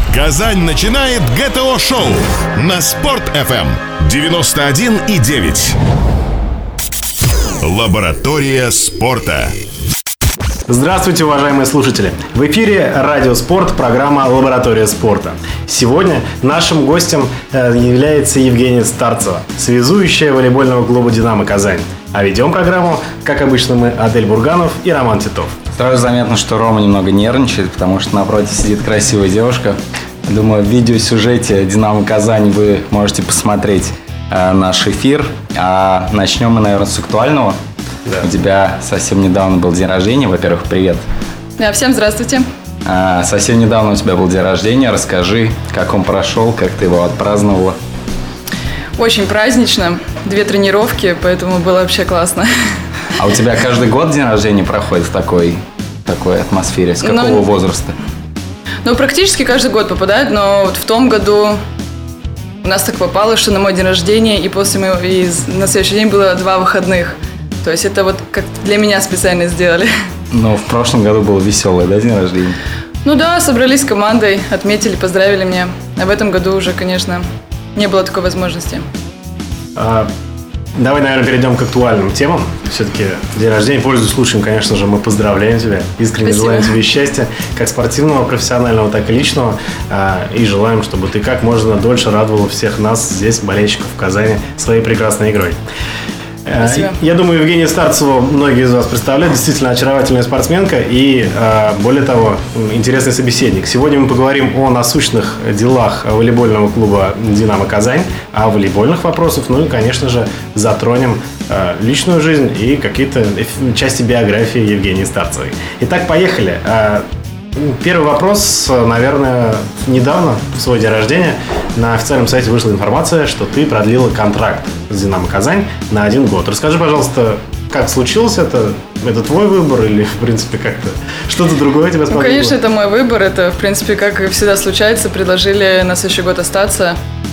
Казань начинает ГТО-шоу на Спорт-ФМ 91,9. Лаборатория спорта. Здравствуйте, уважаемые слушатели! В эфире Радио Спорт, программа «Лаборатория спорта». Сегодня нашим гостем является Евгения Старцева, связующая волейбольного клуба «Динамо Казань». А ведем программу, как обычно, мы, Адель Бурганов и Роман Титов. Сразу заметно, что Рома немного нервничает, потому что напротив сидит красивая девушка. Думаю, в видеосюжете «Динамо Казань» вы можете посмотреть наш эфир. А начнем мы, наверное, с актуального. Да. У тебя совсем недавно был день рождения. Во-первых, привет. Да, всем здравствуйте. Совсем недавно у тебя был день рождения. Расскажи, как он прошел, как ты его отпраздновала. Очень празднично. 2 тренировки, поэтому было вообще классно. А у тебя каждый год день рождения проходит в такой атмосфере? С какого возраста? Практически каждый год попадает, но вот в том году у нас так попало, что на мой день рождения и на следующий день было 2 выходных. То есть это вот как для меня специально сделали. Но в прошлом году был веселый, да, день рождения? Да, собрались с командой, отметили, поздравили меня. А в этом году уже, конечно, не было такой возможности. Давай, наверное, перейдем к актуальным темам. Все-таки день рождения, пользуясь случаем, конечно же, мы поздравляем тебя. Искренне желаем тебе счастья, как спортивного, профессионального, так и личного. И желаем, чтобы ты как можно дольше радовала всех нас здесь, болельщиков в Казани, своей прекрасной игрой. Спасибо. Я думаю, Евгения Старцева многие из вас представляют. Действительно очаровательная спортсменка и, более того, интересный собеседник. Сегодня мы поговорим о насущных делах волейбольного клуба «Динамо Казань», о волейбольных вопросах, и, конечно же, затронем личную жизнь и какие-то части биографии Евгении Старцевой. Итак, поехали. Первый вопрос, наверное, недавно, в свой день рождения, на официальном сайте вышла информация, что ты продлила контракт с «Динамо Казань» на 1 год. Расскажи, пожалуйста, как случилось это? Это твой выбор или, в принципе, как-то что-то другое тебя сподвигло? Конечно, это мой выбор. Это, в принципе, как и всегда случается, предложили на следующий год остаться.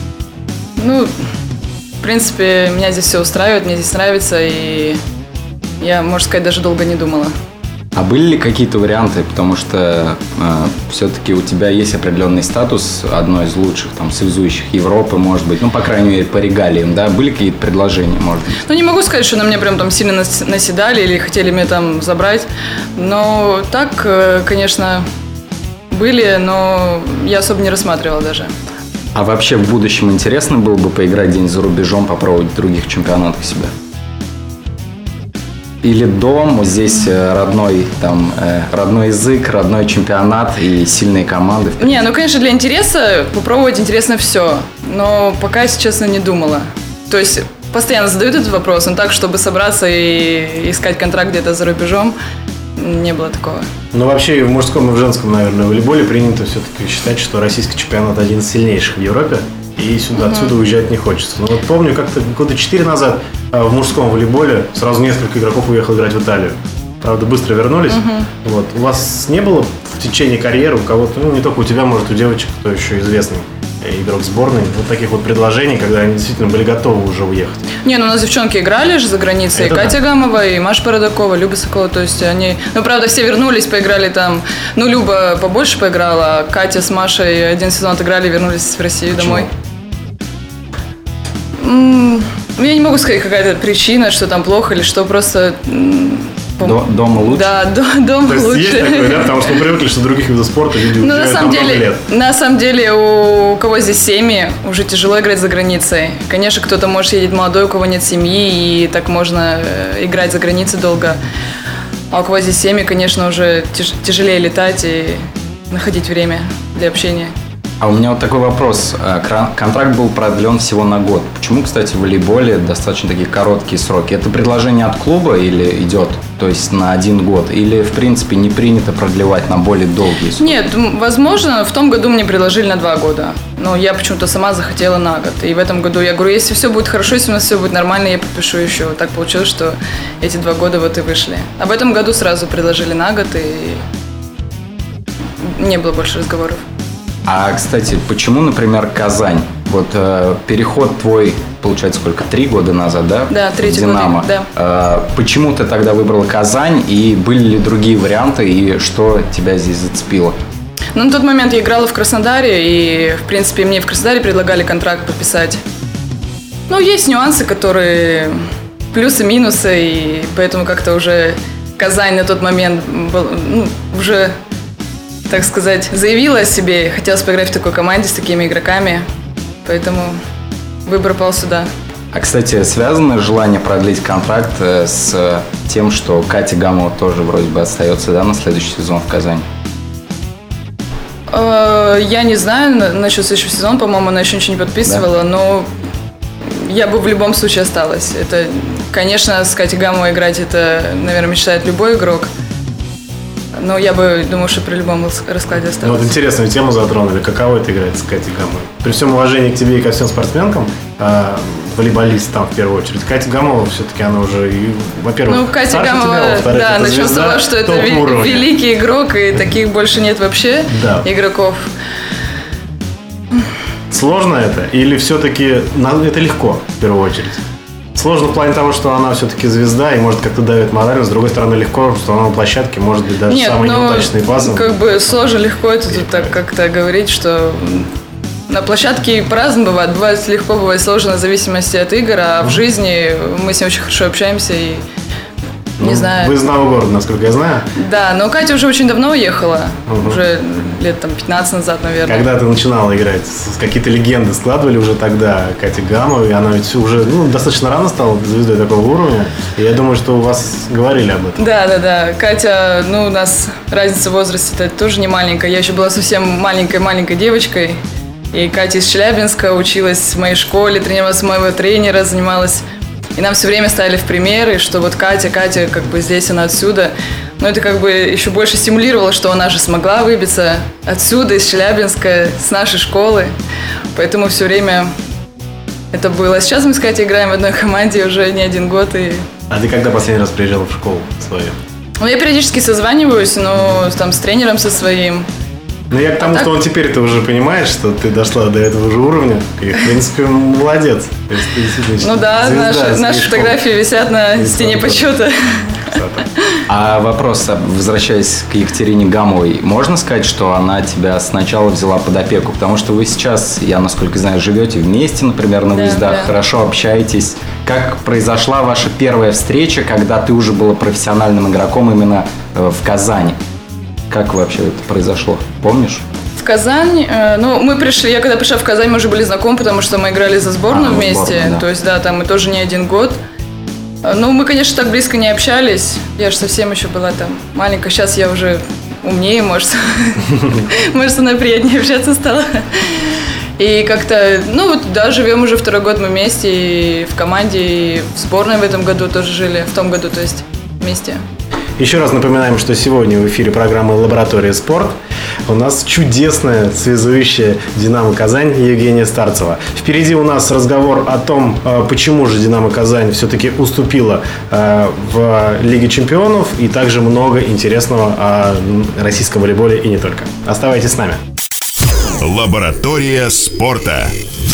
В принципе, меня здесь все устраивает, мне здесь нравится, и я, можно сказать, даже долго не думала. А были ли какие-то варианты, потому что все-таки у тебя есть определенный статус, одной из лучших связующих Европы, может быть, по крайней мере, по регалиям, да? Были какие-то предложения, может быть? Не могу сказать, что на меня прям сильно наседали или хотели меня забрать, но так, конечно, были, но я особо не рассматривала даже. А вообще в будущем интересно было бы поиграть где-нибудь за рубежом, попробовать в других чемпионатах себя? Или дом, здесь родной язык, родной чемпионат и сильные команды? Конечно, для интереса попробовать интересно все. Но пока, если честно, не думала. То есть постоянно задают этот вопрос, но так, чтобы собраться и искать контракт где-то за рубежом, не было такого. Вообще и в мужском, и в женском, наверное, волейболе принято все-таки считать, что российский чемпионат один из сильнейших в Европе. И отсюда уезжать не хочется. Помню, как-то года 4 назад в мужском волейболе сразу несколько игроков уехало играть в Италию. Правда, быстро вернулись. У вас не было в течение карьеры у кого-то, не только у тебя, может, у девочек, кто еще известный игрок сборной, таких предложений, когда они действительно были готовы уже уехать? У нас девчонки играли же за границей. Катя Гамова, и Маша Породакова, Люба Соколова. То есть они... правда, все вернулись, поиграли там. Люба побольше поиграла, а Катя с Машей 1 сезон отыграли и вернулись в Россию домой. Я не могу сказать, какая-то причина, что там плохо или что, просто... Дома лучше? Да, дома лучше. То есть есть такое, да? Потому что мы привыкли, что других видов спорта люди уезжают на много лет. На самом деле, у кого здесь семьи, уже тяжело играть за границей. Конечно, кто-то, может, едет молодой, у кого нет семьи, и так можно играть за границей долго. А у кого здесь семьи, конечно, уже тяжелее летать и находить время для общения. А у меня такой вопрос. Контракт был продлен всего на год. Почему, кстати, в волейболе достаточно такие короткие сроки? Это предложение от клуба или идет, то есть на 1 год? Или, в принципе, не принято продлевать на более долгие сроки? Нет, возможно, в том году мне предложили на 2 года. Но я почему-то сама захотела на год. И в этом году я говорю, если все будет хорошо, если у нас все будет нормально, я подпишу еще. Так получилось, что эти 2 года и вышли. А в этом году сразу предложили на год, и не было больше разговоров. А, кстати, почему, например, Казань? Переход твой, получается, сколько? 3 года назад, да? Да, 3-й «Динамо». год, да. Почему ты тогда выбрала Казань? И были ли другие варианты? И что тебя здесь зацепило? Ну, на тот момент я играла в Краснодаре, и, в принципе, мне в Краснодаре предлагали контракт подписать. Ну, есть нюансы, которые плюсы-минусы, и поэтому как-то уже Казань на тот момент уже, так сказать, заявила о себе. Хотелось поиграть в такой команде с такими игроками, поэтому выбор пал сюда. А, кстати, связано желание продлить контракт с тем, что Катя Гамова тоже вроде бы остается, да, на следующий сезон в Казани? Я не знаю насчет следующего сезона, по-моему, она еще ничего не подписывала, да. Но я бы в любом случае осталась. Это, конечно, с Катей Гамовой играть, это, наверное, мечтает любой игрок. Но я бы думаю, что при любом раскладе осталась. Ну, вот интересную тему затронули. Каково это играть с Катей Гамовой? При всем уважении к тебе и ко всем спортсменкам, волейболистам в первую очередь, Катя Гамова все-таки она уже, во-первых, ну, Катя Гамова, тебя, во-вторых, да, начнем с того, что это великий игрок, и таких больше нет вообще игроков. Сложно это? Или все-таки это легко, в первую очередь? Сложно в плане того, что она все-таки звезда и может как-то давит морально. С другой стороны, легко, что она на площадке может быть даже самый неудачный пас. Как бы сложно, легко это тут так как-то говорить, что на площадке по-разному бывает. Бывает легко, бывает сложно, в зависимости от игр. А в жизни мы с ней очень хорошо общаемся и не знаю. Вы из нового города, насколько я знаю. Да, но Катя уже очень давно уехала. Уже лет 15 назад, наверное. Когда ты начинала играть, какие-то легенды складывали уже тогда Катя Гамова, и она ведь уже достаточно рано стала звездой такого уровня. И я думаю, что у вас говорили об этом. Да. Катя, у нас разница в возрасте тоже не маленькая. Я еще была совсем маленькой девочкой. И Катя из Челябинска училась в моей школе, тренировалась у моего тренера, занималась. И нам все время ставили в примеры, что вот Катя, как бы здесь, она отсюда. Но это как бы еще больше стимулировало, что она же смогла выбиться отсюда, из Челябинска, с нашей школы. Поэтому все время это было. Сейчас мы с Катей играем в одной команде уже не один год. А ты когда последний раз приезжала в школу свою? Я периодически созваниваюсь, но там с тренером со своим. Я к тому, что он теперь-то уже понимает, что ты дошла до этого же уровня. И, в принципе, молодец. Наши фотографии висят на стене почета. А вопрос, возвращаясь к Екатерине Гамовой, можно сказать, что она тебя сначала взяла под опеку? Потому что вы сейчас, я насколько знаю, живете вместе, например, на выездах, хорошо общаетесь. Как произошла ваша первая встреча, когда ты уже была профессиональным игроком именно в Казани? Как вообще это произошло? Помнишь? В Казань, я когда пришла в Казань, мы уже были знакомы, потому что мы играли за сборную вместе. Да. То есть, там мы тоже не один год. Мы, конечно, так близко не общались. Я же совсем еще была там маленькая. Сейчас я уже умнее, может, со мной приятнее общаться стало. И как-то, живем уже второй год мы вместе, и в команде, и в сборной в этом году тоже жили, в том году, то есть вместе. Еще раз напоминаем, что сегодня в эфире программы «Лаборатория спорт» у нас чудесная связующая «Динамо Казань» Евгения Старцева. Впереди у нас разговор о том, почему же «Динамо Казань» все-таки уступила в Лиге чемпионов, и также много интересного о российском волейболе и не только. Оставайтесь с нами. «Лаборатория спорта».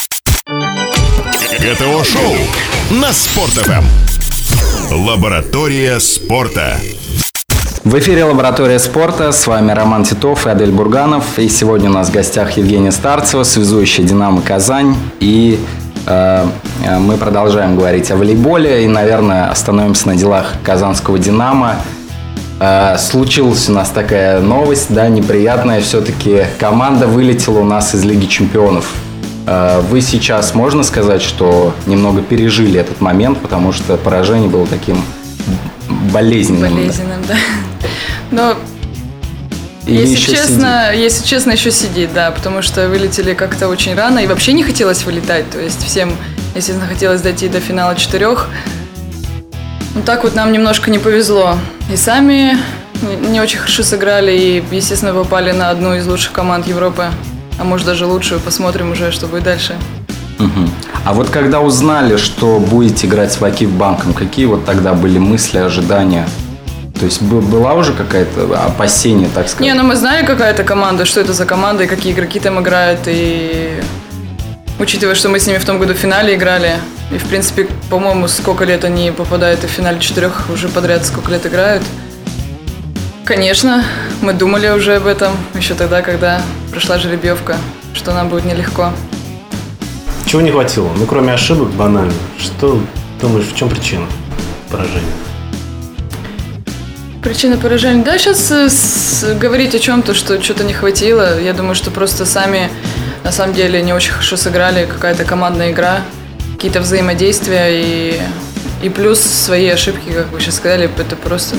ГТО-шоу на Спорт.ФМ. «Лаборатория спорта». В эфире «Лаборатория спорта». С вами Роман Титов и Адель Бурганов. И сегодня у нас в гостях Евгения Старцева, связующая «Динамо Казань». И мы продолжаем говорить о волейболе. И, наверное, остановимся на делах казанского «Динамо». Случилась у нас такая новость, неприятная. Все-таки команда вылетела у нас из Лиги чемпионов. Вы сейчас, можно сказать, что немного пережили этот момент, потому что поражение было таким болезненным. Да. Но, если честно, еще сидит, потому что вылетели как-то очень рано, и вообще не хотелось вылетать. То есть всем, естественно, хотелось дойти до финала 4. Так вот нам немножко не повезло. И сами не очень хорошо сыграли, и, естественно, попали на одну из лучших команд Европы. А может даже лучшую, посмотрим уже, что будет дальше. А вот когда узнали, что будете играть с Вакифбанком, какие вот тогда были мысли, ожидания? То есть была уже какая-то опасение, так сказать? Мы знали, какая это команда, что это за команда и какие игроки там играют. И учитывая, что мы с ними в том году в финале играли, и в принципе, по-моему, сколько лет они попадают и в финале 4 уже подряд, сколько лет играют. Конечно, мы думали уже об этом еще тогда, когда прошла жеребьевка, что нам будет нелегко. Чего не хватило? Ну, кроме ошибок, банально. Что думаешь, в чем причина поражения? Причина поражения? Да, сейчас говорить о чем-то, что что-то не хватило. Я думаю, что просто сами на самом деле не очень хорошо сыграли. Какая-то командная игра, какие-то взаимодействия и плюс свои ошибки, как вы сейчас сказали, это просто,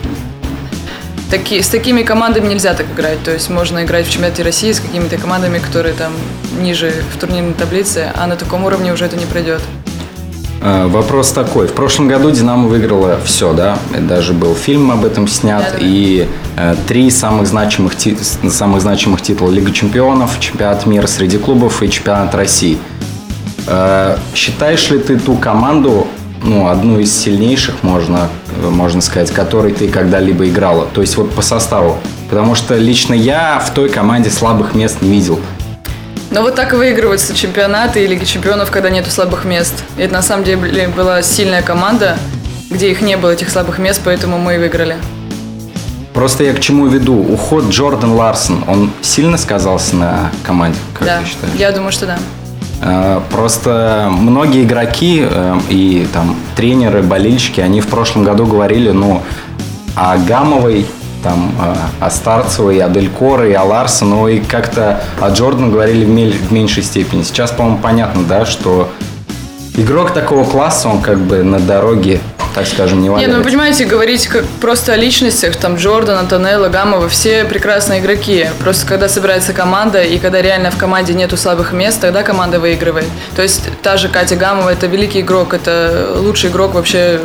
с такими командами нельзя так играть. То есть можно играть в чемпионате России с какими-то командами, которые там ниже в турнирной таблице, а на таком уровне уже это не пройдет. Вопрос такой. В прошлом году «Динамо» выиграла все, да? Даже был фильм об этом снят. Да. И 3 самых значимых титула: Лига чемпионов, чемпионат мира среди клубов и чемпионат России. Считаешь ли ты ту команду, одну из сильнейших, можно сказать, которой ты когда-либо играла? То есть вот по составу. Потому что лично я в той команде слабых мест не видел. Но вот так и выигрываются чемпионаты и Лиги чемпионов, когда нету слабых мест. И это на самом деле была сильная команда, где их не было, этих слабых мест, поэтому мы и выиграли. Просто я к чему веду? Уход Джордан Ларсон, он сильно сказался на команде, как да, ты считаешь? Я думаю, что да. Просто многие игроки и там тренеры, болельщики, они в прошлом году говорили, о Гамовой, о Старцевой, о Делькоре, о Ларсону, и как-то о Джордану говорили в меньшей степени. Сейчас, по-моему, понятно, да, что игрок такого класса, он как бы на дороге, так скажем, не валяется. Вы понимаете, говорить как просто о личностях, Джордан, Антонелло, Гамова, все прекрасные игроки. Просто когда собирается команда, и когда реально в команде нету слабых мест, тогда команда выигрывает. То есть та же Катя Гамова, это великий игрок, это лучший игрок вообще.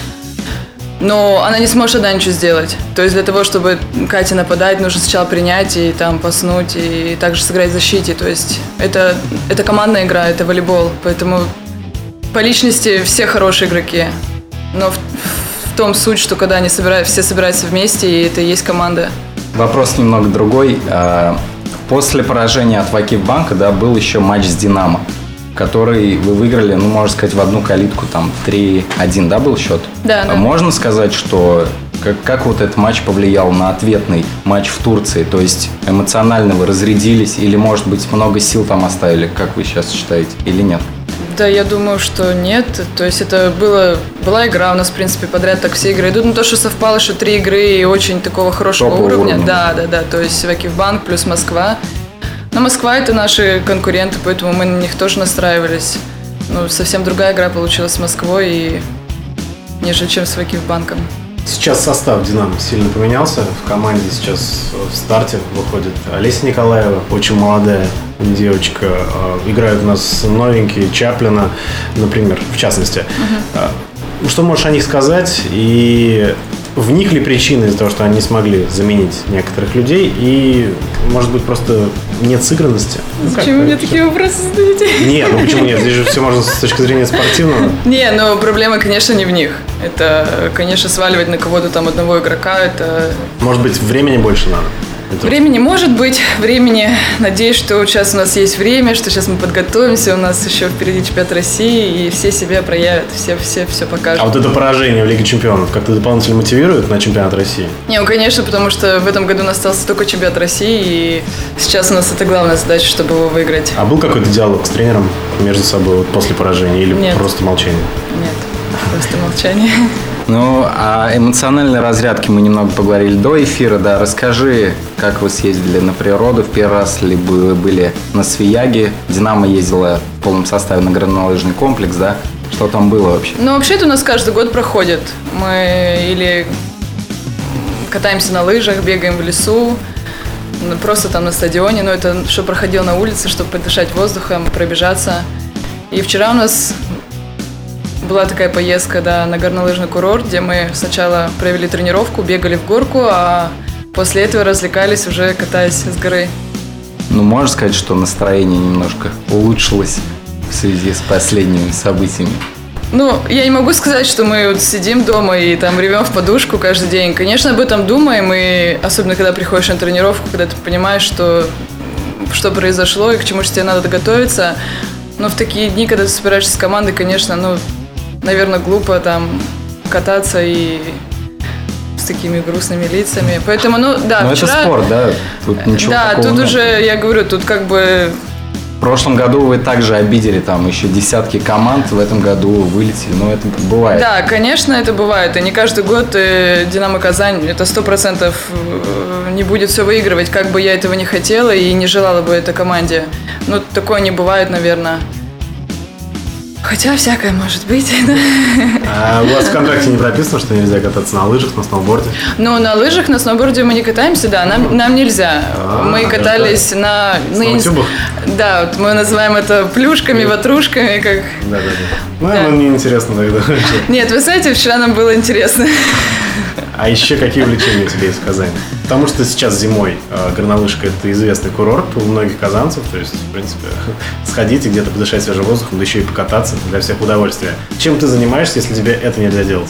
Но она не сможет одна ничего сделать. То есть для того, чтобы Кате нападать, нужно сначала принять и паснуть, и также сыграть в защите. То есть это командная игра, это волейбол. Поэтому по личности все хорошие игроки. Но в том суть, что когда они все собираются вместе, и это и есть команда. Вопрос немного другой. После поражения от Вакифбанка, был еще матч с «Динамо», который вы выиграли, можно сказать, в одну калитку, 3-1, да, был счет? Да. Можно сказать, что как вот этот матч повлиял на ответный матч в Турции? То есть эмоционально вы разрядились или, может быть, много сил там оставили, как вы сейчас считаете, или нет? Да, я думаю, что нет. То есть это была игра у нас, в принципе, подряд так все игры идут. То, что совпало, что 3 игры и очень такого хорошего уровня. Да. То есть Вакифбанк плюс Москва. Но Москва – это наши конкуренты, поэтому мы на них тоже настраивались. Совсем другая игра получилась с Москвой, нежели чем с Вакифбанком. Сейчас состав «Динамо» сильно поменялся. В команде сейчас в старте выходит Олеся Николаева, очень молодая девочка. Играют у нас новенькие, Чаплина, например, в частности. Что можешь о них сказать? И в них ли причины из-за того, что они не смогли заменить некоторых людей? И, может быть, просто нет сыгранности? Зачем вы мне такие вопросы задаете? Нет, почему нет? Здесь же все можно с точки зрения спортивного. Не, проблема, конечно, не в них. Это, конечно, сваливать на кого-то одного игрока, это... Может быть, времени больше надо? Времени может быть, надеюсь, что сейчас у нас есть время, что сейчас мы подготовимся, у нас еще впереди чемпионат России, и все себя проявят, все покажут. А вот это поражение в Лиге чемпионов как-то дополнительно мотивирует на чемпионат России? Конечно, потому что в этом году у нас остался только чемпионат России, и сейчас у нас это главная задача, чтобы его выиграть. А был какой-то диалог с тренером между собой после поражения или Нет. Просто молчание? Нет, просто молчание. О эмоциональной разрядке мы немного поговорили до эфира, да. Расскажи, как вы съездили на природу, в первый раз ли вы были на Свияге? «Динамо» ездила в полном составе на горнолыжный комплекс, да? Что там было вообще? Вообще это у нас каждый год проходит. Мы или катаемся на лыжах, бегаем в лесу, просто на стадионе, но это что проходило на улице, чтобы подышать воздухом, пробежаться. И вчера у нас была такая поездка на горнолыжный курорт, где мы сначала провели тренировку, бегали в горку, а после этого развлекались уже катаясь с горы. Можно сказать, что настроение немножко улучшилось в связи с последними событиями? Я не могу сказать, что мы сидим дома и ревем в подушку каждый день. Конечно, об этом думаем, и особенно когда приходишь на тренировку, когда ты понимаешь, что произошло и к чему же тебе надо готовиться. Но в такие дни, когда ты собираешься с командой, конечно, наверное, глупо кататься и с такими грустными лицами. Поэтому, да, Но вчера... это спорт, да? Тут ничего Да, такого тут нет. уже, я говорю, тут как бы... В прошлом году вы также обидели там еще десятки команд, в этом году вылетели, но это бывает. Да, конечно, это бывает. И не каждый год «Динамо Казань» это 100% не будет все выигрывать, как бы я этого не хотела и не желала бы этой команде. Ну, такое не бывает, наверное. Хотя всякое может быть. А у вас в контракте не прописано, что нельзя кататься на лыжах, на сноуборде? Ну, на лыжах, на сноуборде мы не катаемся, да, нам нельзя. Мы катались на... сноутюбах? Да, вот мы называем это плюшками, ватрушками, как... Да. Ну, мне интересно тогда. Нет, вы знаете, вчера нам было интересно. А еще какие увлечения у тебя есть в Казани? Потому что сейчас зимой горнолыжка – это известный курорт у многих казанцев. То есть, в принципе, сходить и где-то подышать свежим воздухом, да еще и покататься – для всех удовольствия. Чем ты занимаешься, если тебе это нельзя делать?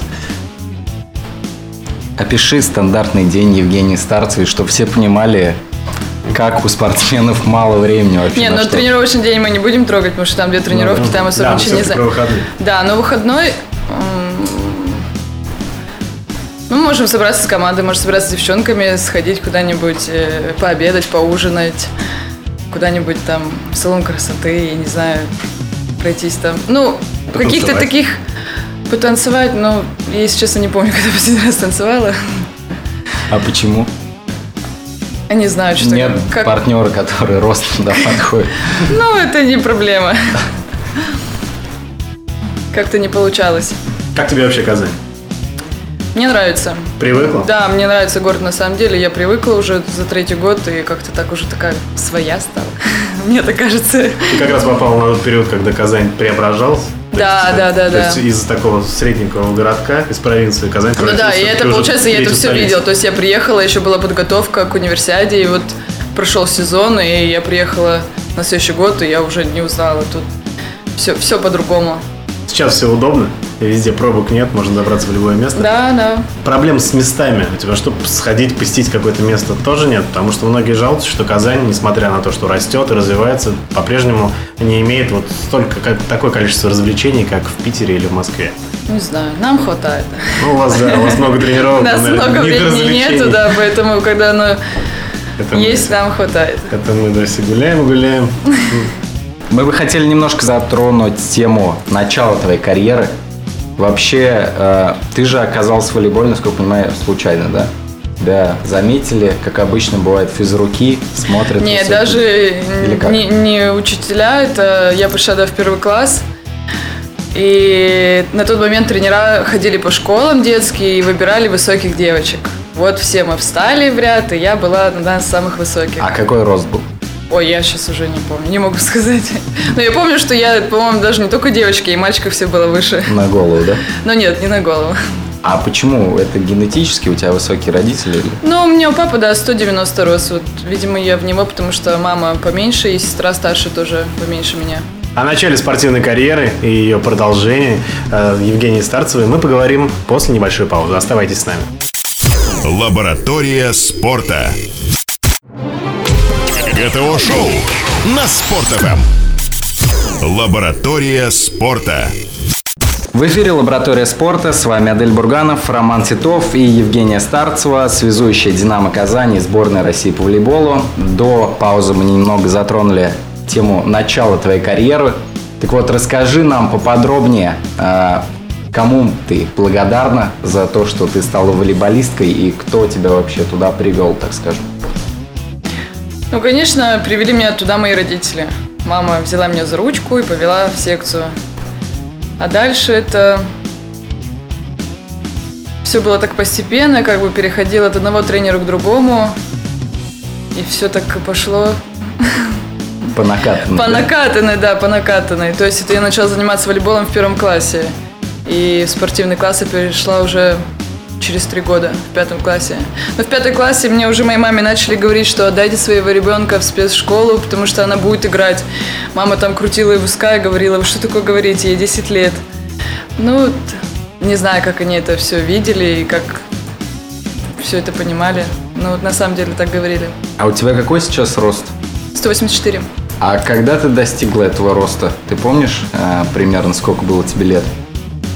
Опиши стандартный день Евгении Старцевой, чтобы все понимали, как у спортсменов мало времени вообще. Не, ну тренировочный день мы не будем трогать, потому что там 2 тренировки, там особо ничего не про выходные. Да, но выходной... Мы можем собраться с командой, можем собраться с девчонками, сходить куда-нибудь, пообедать, поужинать, куда-нибудь там в салон красоты, я не знаю, пройтись там. Ну, каких-то таких потанцевать, но я, если честно, не помню, когда последний раз танцевала. А почему? Я не знаю, что... Нет партнера, который рост туда подходит. Ну, это не проблема. Как-то не получалось. Как тебе вообще Казань? Мне нравится. Привыкла? Да, мне нравится город на самом деле. Я привыкла уже за 3-й год и как-то так уже такая своя стала. Мне так кажется. Ты как раз попала на тот период, когда Казань преображалась. Да. То есть из такого средненького городка, из провинции Казань. Ну да, и это, получается, я это все видела. То есть я приехала, еще была подготовка к универсиаде, и вот прошел сезон, и я приехала на следующий год, и я уже не узнала. Тут все по-другому. Сейчас все удобно, везде пробок нет, можно добраться в любое место. Да. Проблем с местами у тебя, чтобы сходить, посетить какое-то место, тоже нет, потому что многие жалуются, что Казань, несмотря на то, что растет и развивается, по-прежнему не имеет вот такое количество развлечений, как в Питере или в Москве. Не знаю, нам хватает. Ну, у вас много тренировок. У нас много времени нету, да, поэтому, когда оно есть, нам хватает. Это мы, все гуляем. Мы бы хотели немножко затронуть тему начала твоей карьеры. Вообще, ты же оказался в волейболе, насколько я понимаю, случайно, да? Тебя заметили, как обычно бывает, физруки смотрят. Нет, даже не учителя, это я пришла в 1 класс. И на тот момент тренера ходили по школам детские и выбирали высоких девочек. Вот все мы встали в ряд, и я была одна из самых высоких. А какой рост был? Ой, я сейчас уже не помню, не могу сказать. Но я помню, что я, по-моему, даже не только девочки, и мальчиков все было выше. На голову, да? Но нет, не на голову. А почему? Это генетически у тебя высокие родители? Ну, у меня папа, да, 190 рост. Вот, видимо, я в него, потому что мама поменьше, и сестра старше тоже поменьше меня. О начале спортивной карьеры и ее продолжении Евгении Старцевой мы поговорим после небольшой паузы. Оставайтесь с нами. Лаборатория спорта. ГТО-шоу на Спорт.ФМ. Лаборатория спорта. В эфире «Лаборатория спорта». С вами Адель Бурганов, Роман Титов и Евгения Старцева, связующая «Динамо Казани» и сборная России по волейболу. До паузы мы немного затронули тему начала твоей карьеры. Так вот, расскажи нам поподробнее, кому ты благодарна за то, что ты стала волейболисткой, и кто тебя вообще туда привел, так скажем? Ну, конечно, привели меня туда мои родители. Мама взяла меня за ручку и повела в секцию. А дальше это все было так постепенно, как бы переходило от одного тренера к другому. И все так пошло. По накатанной. По накатанной. То есть это я начала заниматься волейболом в 1 классе. И в спортивный класс я перешла уже через 3 года, в 5 классе. Но в 5 классе мне уже моей маме начали говорить, что отдайте своего ребенка в спецшколу, потому что она будет играть. Мама там крутила и виска и говорила: вы что такое говорите, ей 10 лет. Ну, не знаю, как они это все видели и как все это понимали. Но вот на самом деле так говорили. А у тебя какой сейчас рост? 184. А когда ты достигла этого роста? Ты помнишь примерно, сколько было тебе лет?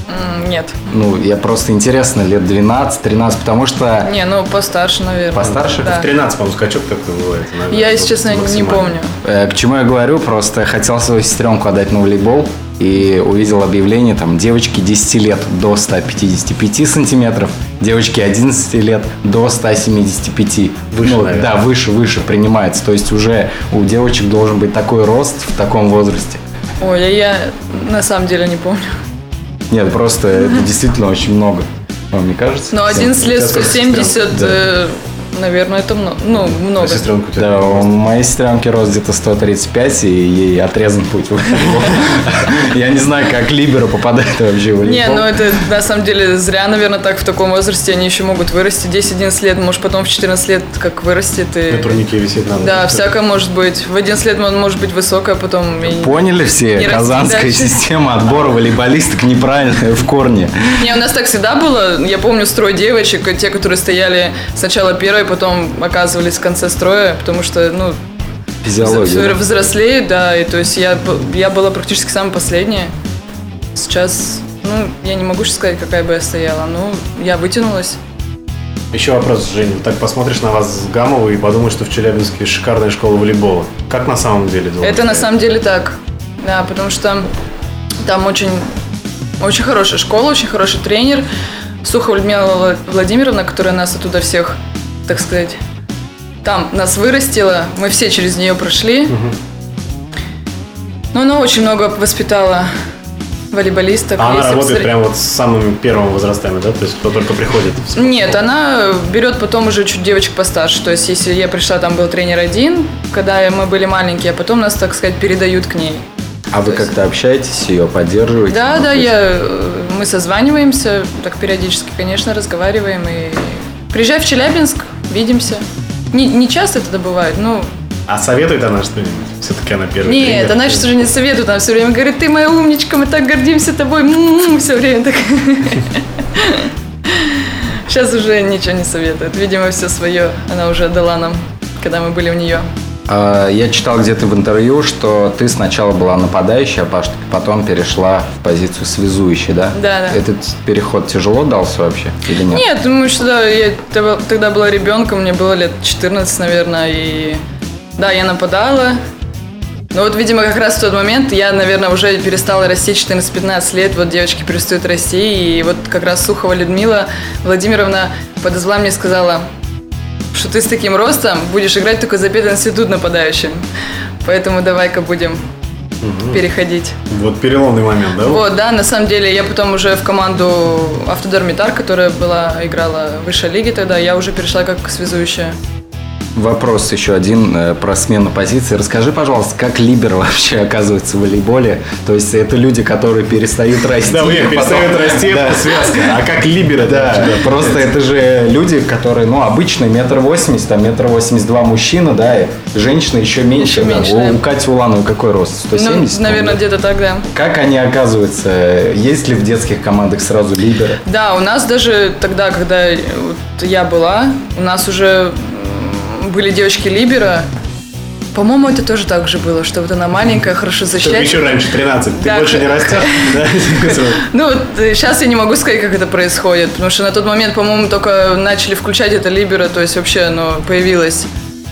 Нет. Ну, я просто интересно, лет 12-13, потому что... Не, ну постарше, наверное. Постарше? Да. В 13, по-моему, скачок такой бывает. Наверное, Я, если честно, не помню. К чему я говорю, просто хотел свою сестренку отдать на волейбол и увидел объявление, там, девочки 10 лет до 155 сантиметров, девочки 11 лет до 175. Выше, наверное. Да, выше принимается. То есть уже у девочек должен быть такой рост в таком возрасте. Ой, я на самом деле не помню. Нет, просто это действительно очень много. Вам не кажется? Но 11 лет Сейчас только 170, да. наверное, это много. Сестренку у тебя Да, какой у моей сестренки рост где-то 135, и ей отрезан путь в волейбол. Я не знаю, как либеро попадает вообще в волейбол. Не, ну это на самом деле зря, наверное, так в таком возрасте они еще могут вырасти. 10-11 лет, может потом в 14 лет как вырастет. на турнике висеть надо. Да, всякое может быть. В 11 лет он может быть высокая, потом... Поняли все? Не расти Казанская дальше. система отбора волейболисток неправильная в корне. Не, у нас так всегда было. Я помню строй девочек, те, которые стояли сначала первой, потом оказывались в конце строя, потому что, ну, Физиология. Да? взрослеют, да, и то есть я была практически самая последняя. Сейчас, ну, я не могу сейчас сказать, какая бы я стояла, ну, я вытянулась. Еще вопрос, Женя. Так посмотришь на вас с Гамовой и подумаешь, что в Челябинске шикарная школа волейбола. Как на самом деле дела? Это на самом деле так, да, потому что там очень хорошая школа, очень хороший тренер. Сухова Людмила Владимировна, которая нас оттуда всех, так сказать, там нас вырастила, мы все через нее прошли. Но она очень много воспитала волейболисток. А она Если работает посмотреть- прямо вот с самыми первыми возрастами, да? То есть кто только приходит? в спорт? Нет, она берет потом уже чуть девочек постарше. То есть, если я пришла, там был тренер один, когда мы были маленькие, а потом нас, так сказать, передают к ней. А вы как-то общаетесь, ее поддерживаете? Да, Ну, да, то есть- мы созваниваемся, так периодически, конечно, разговариваем. И приезжай в Челябинск, видимся. Не часто это бывает, но... А советует она что-нибудь? Все-таки она первый тренер. Нет, она сейчас уже не советует, она все время говорит, ты моя умничка, мы так гордимся тобой, все время так. Сейчас уже ничего не советует. Видимо, все свое она уже отдала нам, когда мы были у нее. Я читал где-то в интервью, что ты сначала была нападающей, а потом перешла в позицию связующей, да? Да. Этот переход тяжело дался вообще или нет? Нет, думаю, что да, я тогда была ребенком, мне было лет 14, наверное, и да, я нападала. Но вот, видимо, как раз в тот момент я, наверное, уже перестала расти 14-15 лет, вот девочки перестают расти, и вот как раз Сухова Людмила Владимировна подозвала мне и сказала, что ты с таким ростом будешь играть только за пединститут нападающим. Поэтому давай-ка будем переходить. Вот переломный момент, да? Вот, да, на самом деле я потом уже в команду Автодор Митар, которая играла в высшей лиге тогда, я уже перешла как связующая. Вопрос еще один про смену позиции. Расскажи, пожалуйста, как либеро вообще оказывается в волейболе? То есть это люди, которые перестают расти. Да, потом- перестают расти, Да. это связка. А как либеро? Да, просто это же люди, которые, ну, обычно 1,80 м, там 1,82 м мужчина, да, и женщина еще меньше. Еще да. меньше, У да. Кати Улановой какой рост? 170? Ну, наверное, да? где-то так, да. Как они оказываются? Есть ли в детских командах сразу либеро? Да, у нас даже тогда, когда вот я была, у нас уже были девочки либеро. По-моему, это тоже так же было, что вот она маленькая, хорошо Только защищает. еще раньше, 13. Ты Да, больше не растешь. Да? Ну, вот сейчас я не могу сказать, как это происходит, потому что на тот момент, по-моему, только начали включать это либеро, то есть вообще оно появилось.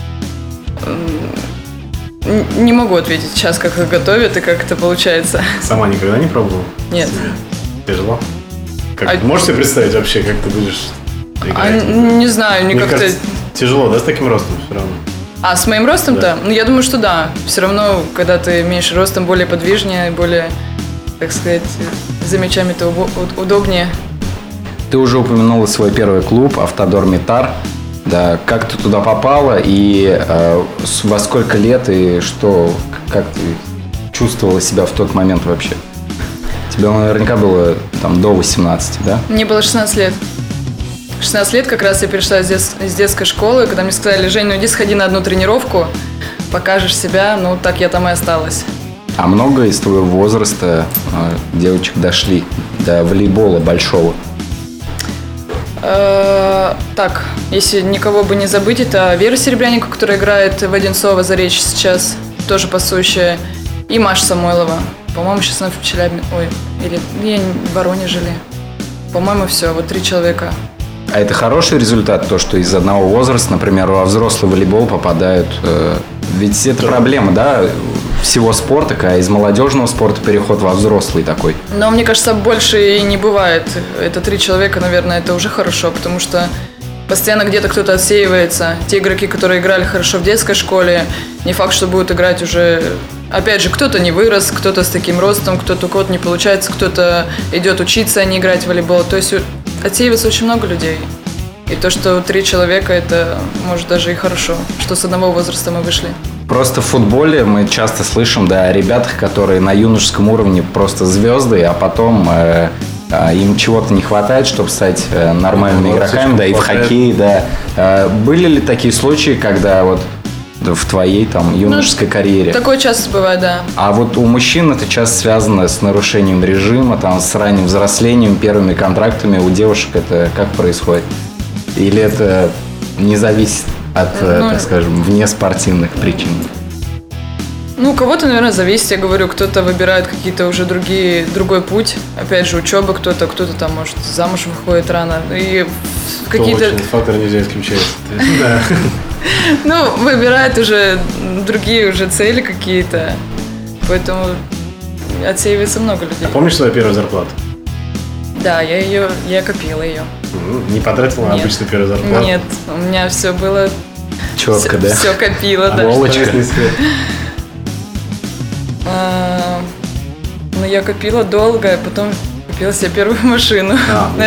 Не могу ответить сейчас, как их готовят и как это получается. Сама никогда не пробовала? Нет. Тяжело? Как, А- можешь себе представить вообще, как ты будешь играть? Не знаю, не Мне как-то... кажется, тяжело, да, с таким ростом все равно? А, с моим ростом-то? Да. Ну, я думаю, что да. Все равно, когда ты меньше ростом, более подвижнее, более, так сказать, за мячами-то удобнее. Ты уже упомянула свой первый клуб «Автодор Митар». Да, как ты туда попала и во сколько лет и что, как ты чувствовала себя в тот момент вообще? Тебе наверняка было там до 18, да? Мне было 16 лет. 16 лет как раз я перешла из детской школы, когда мне сказали, Жень, ну иди сходи на одну тренировку, покажешь себя, ну так я там и осталась. А много из твоего возраста девочек дошли до волейбола большого? Так, если никого бы не забыть, это Вера Серебряненко, которая играет в Одинцово Заречье сейчас, тоже пасующая, и Маша Самойлова. По-моему, сейчас она в Челябинске, ой, или в Воронеже ли. По-моему, все. Вот 3 человека. А это хороший результат, то, что из одного возраста, например, во взрослый волейбол попадают... Ведь это проблема, да, всего спорта, а из молодежного спорта переход во взрослый такой. Но мне кажется, больше и не бывает. Это 3 человека, наверное, это уже хорошо, потому что постоянно где-то кто-то отсеивается. Те игроки, которые играли хорошо в детской школе, не факт, что будут играть уже... Опять же, кто-то не вырос, кто-то с таким ростом, кто-то у кого-то не получается, кто-то идет учиться, а не играть в волейбол. То есть отсеивается очень много людей. И то, что 3 человека, это может даже и хорошо, что с одного возраста мы вышли. Просто в футболе мы часто слышим, да, о ребятах, которые на юношеском уровне просто звезды, а потом им чего-то не хватает, чтобы стать нормальными игроками, да, и в хоккее, да. Были ли такие случаи, когда вот в твоей там юношеской карьере? Такое часто бывает, да. А вот у мужчин это часто связано с нарушением режима, там, с ранним взрослением, первыми контрактами. У девушек это как происходит? Или это не зависит от, так скажем, внеспортивных причин? Ну, у кого-то, наверное, зависит. Я говорю, кто-то выбирает какие-то уже другой путь. Опять же, учеба, кто-то там, может, замуж выходит рано. И какие-то... Фактор нельзя исключать. Да. Ну, выбирает уже другие уже цели какие-то. Поэтому отсеивается много людей. А помнишь свою первую зарплату? Да, я копила ее. Не потратила на обычную первую зарплату? Нет, у меня все было... Четко, да? Все копила, да. Волочка. Ну, я копила долго, а потом купила себе первую машину.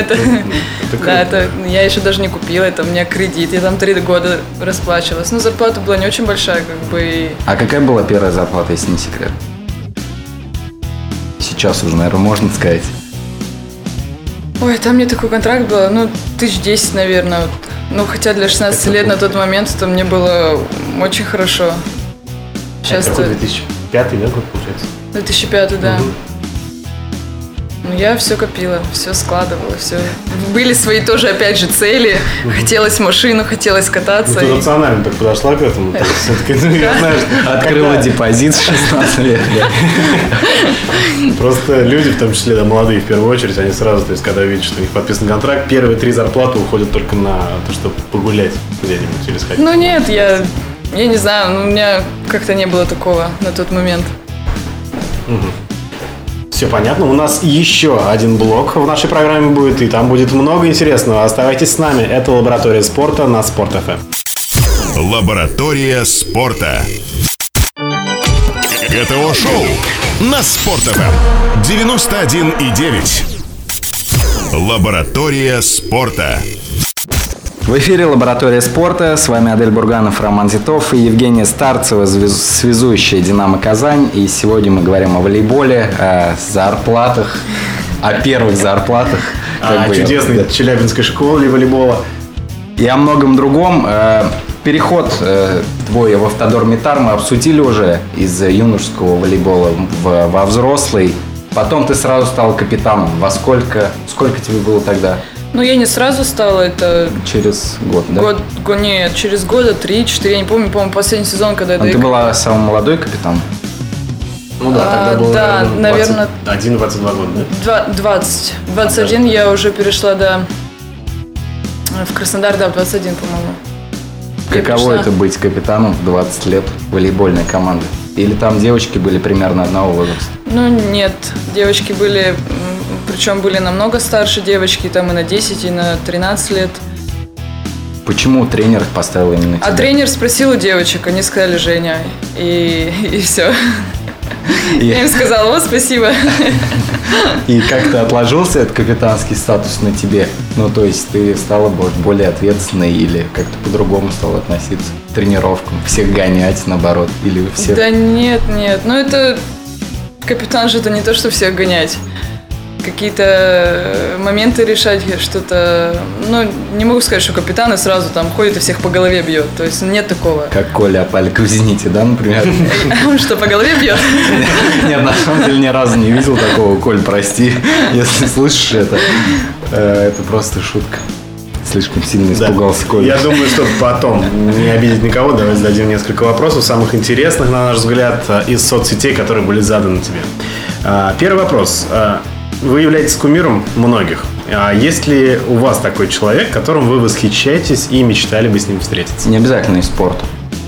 Я еще даже не купила, это у меня кредит. Я там 3 года расплачивалась. Ну, зарплата была не очень большая, как бы. А какая была первая зарплата, если не секрет? Сейчас уже, наверное, можно сказать. Ой, там мне такой контракт был, 1010, наверное. Ну, хотя для 16 лет на тот момент это мне было очень хорошо. Сейчас это 2005 год, получается? 2005, да. Ну, я все копила, все складывала, все. Были свои тоже, опять же, цели. Хотелось машину, хотелось кататься. Ты рационально так подошла к этому. Открыла депозит в 16 лет. Просто люди, в том числе, да, молодые в первую очередь, они сразу, то есть, когда видят, что у них подписан контракт, первые 3 зарплаты уходят только на то, чтобы погулять где-нибудь или сходить. Ну нет, я не знаю, у меня как-то не было такого на тот момент. Все понятно. У нас еще один блок в нашей программе будет, и там будет много интересного. Оставайтесь с нами. Это «Лаборатория спорта» на Спорт ФМ. Лаборатория спорта. ГТО-шоу на Спорт ФМ 91,9. Лаборатория спорта. В эфире «Лаборатория спорта». С вами Адель Бурганов, Роман Титов и Евгения Старцева, связующая «Динамо Казань». И сегодня мы говорим о волейболе, о зарплатах, о первых зарплатах. О чудесной Челябинской школе волейбола. И о многом другом. Переход твой в Автодор Митар мы обсудили уже из юношеского волейбола во взрослый. Потом ты сразу стал капитаном. Сколько тебе было тогда? Ну, я не сразу стала, это... Через год, да? Нет, через года 3-4, я не помню, по-моему, последний сезон, когда я... Ты была самый молодой капитан? Ну да, тогда было, да, наверное... 21-22 года, да? 20. 21 я уже перешла, да, в Краснодар, да, в 21, по-моему. Каково это быть капитаном в 20 лет волейбольной команды? Или там девочки были примерно одного возраста? Ну, нет, девочки были... Причем были намного старше девочки, там и на 10, и на 13 лет. Почему тренер поставил именно тебя? А тренер спросил у девочек, они сказали Женя, и все. Я им сказала, вот, спасибо. И как-то отложился этот капитанский статус на тебе? Ну, то есть ты стала более ответственной или как-то по-другому стала относиться к тренировкам? Всех гонять, наоборот? Или всех... Да нет. Ну, это... Капитан же это не то, что всех гонять. Какие-то моменты решать, что-то... Ну, не могу сказать, что капитан и сразу там ходит и всех по голове бьет. То есть нет такого. Как Коля Апалик в «Зените», да, например? Он что, по голове бьет? Нет, на самом деле ни разу не видел такого. Коль, прости, если слышишь это. Это просто шутка. Слишком сильно испугался Коля. Я думаю, чтобы потом не обидеть никого, давайте зададим несколько вопросов, самых интересных, на наш взгляд, из соцсетей, которые были заданы тебе. Первый вопрос. Вы являетесь кумиром многих. А есть ли у вас такой человек, которым вы восхищаетесь и мечтали бы с ним встретиться? Не обязательно из спорта.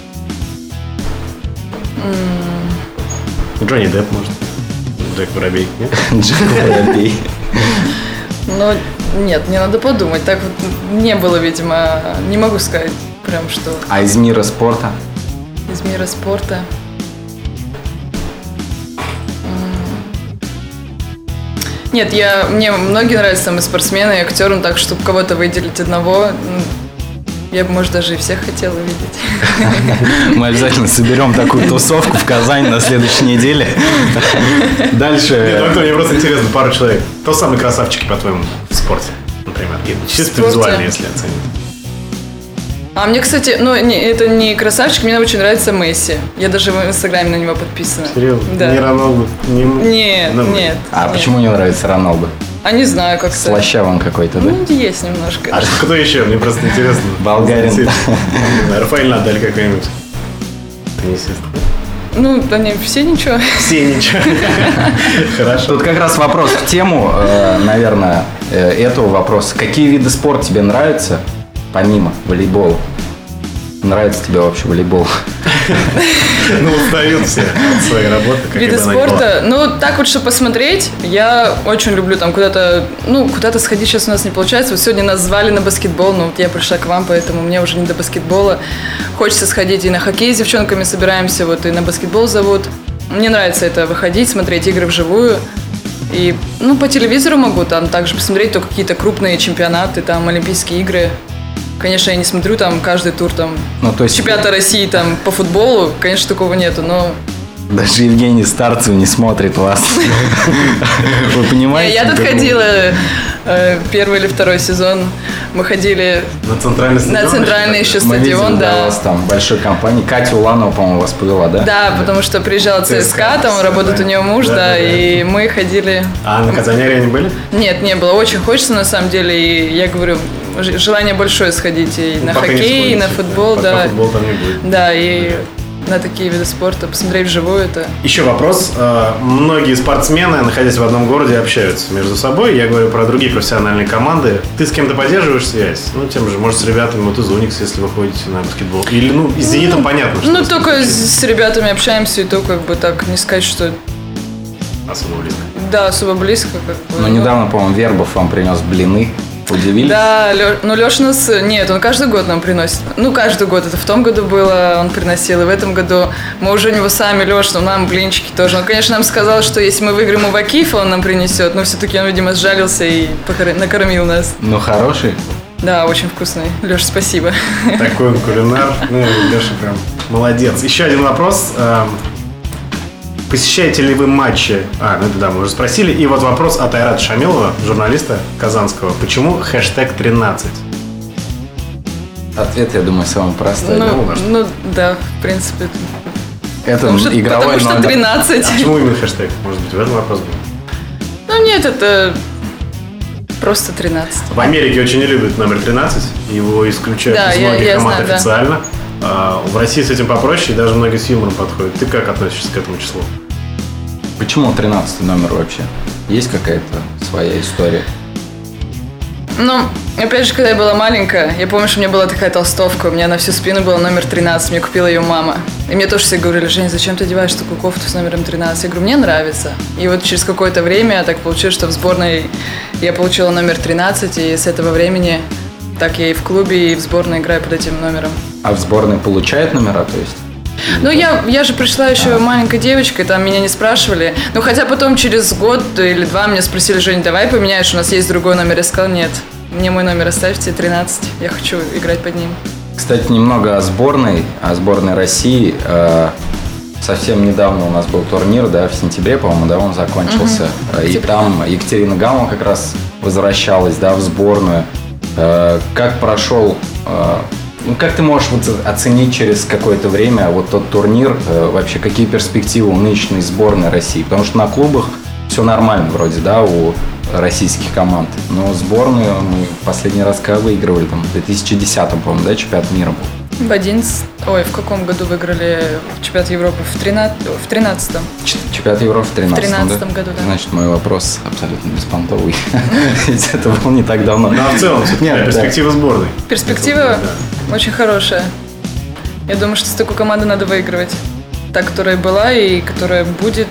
Джонни Депп, может. Джек Воробей, нет? Джек Воробей. Ну, нет, мне надо подумать. Так вот не было, видимо. Не могу сказать прям, что А из мира спорта? из мира спорта. Нет, мне многие нравятся там и спортсмены, и актеры, так, чтобы кого-то выделить одного, я бы, может, даже и всех хотела видеть. Мы обязательно соберем такую тусовку в Казани на следующей неделе. Дальше. Нет, мне просто интересно, пару человек. Кто самый красавчик, по-твоему, в спорте, например? Чисто визуально, если оценить. А мне, кстати, это не красавчик, мне очень нравится Месси. Я даже в Инстаграме на него подписана. Серьезно? Да. Не Роналду? Нет. А нет. почему не нравится Роналду? А не знаю, как сказать. Слащавый он какой-то, да? Ну, есть немножко. А кто еще? Мне просто интересно. Болгарин. Не знаю, Рафаэль Надаль какой-нибудь. Теннисист. Ну, они все ничего. Все ничего. Хорошо. Тут как раз вопрос в тему, наверное, этого вопроса. Какие виды спорта тебе нравятся, помимо волейбола? Нравится тебе вообще волейбол? Ну, устают все от своей работы. Виды спорта, так вот, чтобы посмотреть, я очень люблю там куда-то сходить, сейчас у нас не получается. Вот сегодня нас звали на баскетбол, но вот я пришла к вам, поэтому мне уже не до баскетбола. Хочется сходить и на хоккей с девчонками собираемся, вот и на баскетбол зовут. Мне нравится это, выходить, смотреть игры вживую. И, по телевизору могу там также посмотреть то какие-то крупные чемпионаты, там, Олимпийские игры. Конечно, я не смотрю там каждый тур там чемпионата России там по футболу, конечно, такого нету, но... Даже Евгений Старцев не смотрит вас. Вы понимаете? Я тут ходила первый или второй сезон. Мы ходили на центральный еще Мы видели, стадион, да. У вас там большой компании. Катя Уланова, по-моему, вас повела, да? Да, потому что приезжала ЦСКА, там работает у нее муж, да, и мы ходили. А на Казани-арене были? Нет, не было. Очень хочется, на самом деле, и я говорю, желание большое сходить и на хоккей, и на футбол, да. Футбол там не будет. Да, и на такие виды спорта посмотреть вживую это. Еще вопрос. Многие спортсмены, находясь в одном городе, общаются между собой. Я говорю про другие профессиональные команды. Ты с кем-то поддерживаешь связь? Тем же, может, с ребятами, вот из Уникс, если вы ходите на баскетбол. Или, с Зенитом понятно, что... только с ребятами общаемся, и то, как бы так, не сказать, что... Особо близко. Да, особо близко, как бы. Недавно, по-моему, Вербов вам принес блины. Удивились? Да, Леша нас... Нет, он каждый год нам приносит. Каждый год. Это в том году было, он приносил. И в этом году мы уже у него сами, Леша, нам блинчики тоже. Он, конечно, нам сказал, что если мы выиграем у Вакифа, он нам принесет. Но все-таки он, видимо, сжалился и накормил нас. Хороший? Да, очень вкусный. Леша, спасибо. Такой он кулинар. Леша прям молодец. Еще один вопрос. Посещаете ли вы матчи? Мы уже спросили. И вот вопрос от Айрата Шамилова, журналиста казанского. Почему хэштег 13? Ответ, я думаю, самый простой. Да, в принципе. Это Потому игровой что номер. 13. А почему именно хэштег? Может быть, в этом вопрос был? Нет, это просто 13. В Америке очень не любят номер 13. Его исключают Да, из многих я команд знаю, официально. В России с этим попроще, и даже многие с юмором подходят. Ты как относишься к этому числу? Почему 13 номер вообще? Есть какая-то своя история? Опять же, когда я была маленькая, я помню, что у меня была такая толстовка, у меня на всю спину была номер 13, мне купила ее мама. И мне тоже все говорили: Женя, зачем ты одеваешь такую кофту с номером 13? Я говорю, мне нравится. И вот через какое-то время так получилось, что в сборной я получила номер 13, и с этого времени так я и в клубе, и в сборной играю под этим номером. А в сборной получают номера, то есть? Я же пришла еще маленькой девочкой, там меня не спрашивали. Хотя потом через год или два меня спросили: Жень, давай поменяешь, у нас есть другой номер. Я сказала: нет, мне мой номер оставьте, 13, я хочу играть под ним. Кстати, немного о сборной России. Совсем недавно у нас был турнир, в сентябре, по-моему, он закончился. И там Екатерина Галмова как раз возвращалась, в сборную. Как прошел... как ты можешь оценить через какое-то время вот тот турнир, вообще какие перспективы у нынешней сборной России? Потому что на клубах все нормально вроде, у российских команд. Но сборную мы последний раз выигрывали, в 2010-м, по-моему, чемпионат мира был. В каком году выиграли чемпионат Европы? В 13-м. Чемпионат Европы в 13-м году, да. Значит, мой вопрос абсолютно беспонтовый. Ведь это было не так давно. Ну, а в целом, перспектива сборной? Перспектива очень хорошая. Я думаю, что с такой командой надо выигрывать. Та, которая была и которая будет.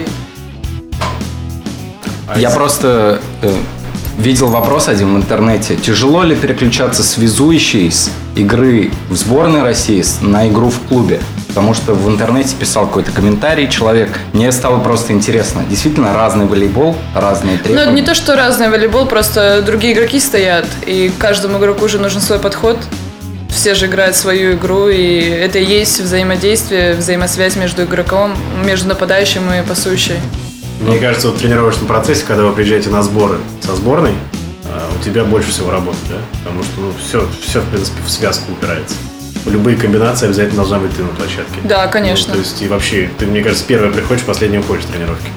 Я просто видел вопрос один в интернете. Тяжело ли переключаться с везующей с игры в сборной России на игру в клубе? Потому что в интернете писал какой-то комментарий человек. Мне стало просто интересно. Действительно, разный волейбол, разные требования. Ну, не то, что разный волейбол, просто другие игроки стоят. И каждому игроку уже нужен свой подход. Все же играют свою игру, и это и есть взаимодействие, взаимосвязь между игроком, между нападающим и пасующей. Мне кажется, в тренировочном процессе, когда вы приезжаете на сборы со сборной, у тебя больше всего работы, да? Потому что все, в принципе, в связку упирается. Любые комбинации обязательно должна быть ты на площадке. Да, конечно. То есть, и вообще, ты, мне кажется, первый приходишь, последний уходишь с тренировки.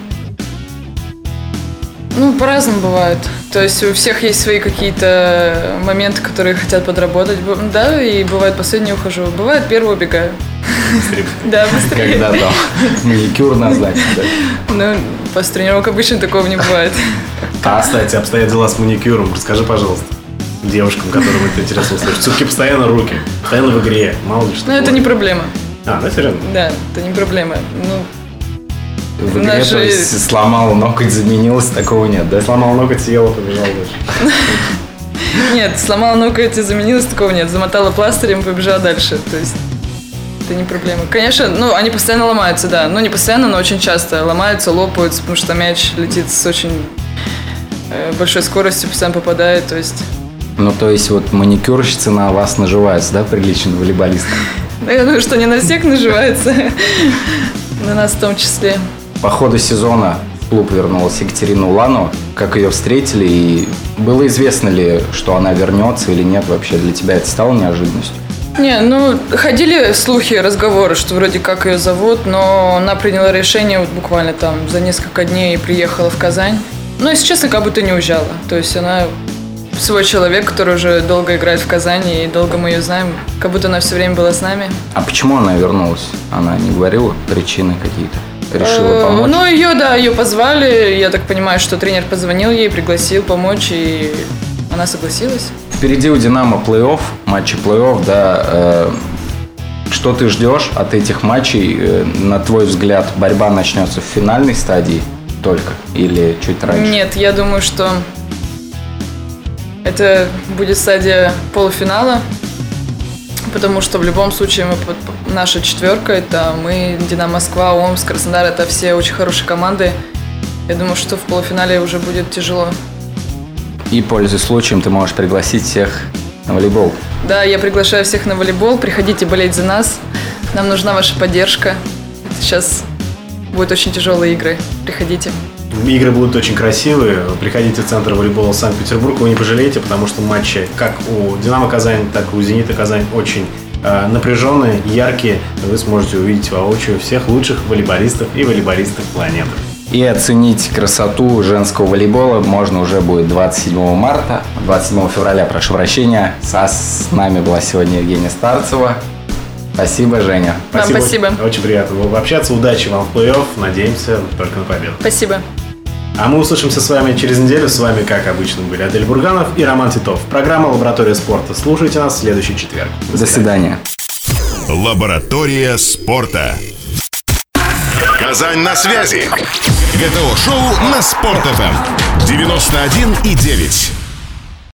По-разному бывает. То есть у всех есть свои какие-то моменты, которые хотят подработать. Да, и бывает последний ухожу. Бывает первый убегаю. Быстрее. Да, быстрее. Когда там маникюр назначить. После тренировок обычно такого не бывает. Кстати, обстоят дела с маникюром. Расскажи, пожалуйста, девушкам, которым это интересно услышать. Все-таки постоянно руки, постоянно в игре. Мало ли что. Это не проблема. Да, серьезно? Да, это не проблема. В игре, то есть, сломал ноготь, заменилось, такого нет, да? Сломал ноготь, съела, побежал дальше. Нет, сломала ноготь и заменилось, такого нет. Замотала пластырем, побежала дальше. То есть это не проблема. Конечно, они постоянно ломаются, да. Не постоянно, но очень часто ломаются, лопаются, потому что мяч летит с очень большой скоростью, постоянно попадает, то есть... То есть маникюрщицы на вас наживаются, да, приличный волейболист? Я думаю, что не на всех наживаются, на нас в том числе. По ходу сезона в клуб вернулась Екатерина Уланова. Как ее встретили? И было известно ли, что она вернется или нет? Вообще для тебя это стало неожиданностью? Ходили слухи, разговоры, что вроде как ее зовут, но она приняла решение буквально за несколько дней и приехала в Казань. Если честно, как будто не уезжала. То есть она свой человек, который уже долго играет в Казани, и долго мы ее знаем, как будто она все время была с нами. А почему она вернулась? Она не говорила причины какие-то? Решила помочь? Ее позвали. Я так понимаю, что тренер позвонил ей, пригласил помочь, и она согласилась. Впереди у «Динамо» плей-офф, матчи плей-офф, да. Что ты ждешь от этих матчей? На твой взгляд, борьба начнется в финальной стадии только или чуть раньше? Нет, я думаю, что это будет стадия полуфинала, потому что в любом случае наша четверка, это мы, «Динамо» Москва, Омск, Краснодар, это все очень хорошие команды. Я думаю, что в полуфинале уже будет тяжело. И, пользуясь случаем, ты можешь пригласить всех на волейбол. Да, я приглашаю всех на волейбол. Приходите болеть за нас. Нам нужна ваша поддержка. Сейчас будут очень тяжелые игры. Приходите. Игры будут очень красивые. Приходите в центр волейбола Санкт-Петербург. Вы не пожалеете, потому что матчи как у «Динамо» Казань, так и у «Зенита» Казань очень напряженные, яркие. Вы сможете увидеть воочию всех лучших волейболистов и волейболисток планеты. И оценить красоту женского волейбола можно уже будет 27 марта. 27 февраля, прошу прощения. С нами была сегодня Евгения Старцева. Спасибо, Женя. Спасибо. Очень приятно было общаться. Удачи вам в плей-офф. Надеемся только на победу. Спасибо. А мы услышимся с вами через неделю. С вами, как обычно, были Адель Бурганов и Роман Титов. Программа «Лаборатория спорта». Слушайте нас в следующий четверг. До свидания. Лаборатория спорта. Казань на связи. ГТО-шоу на Спорт.ФМ 91,9.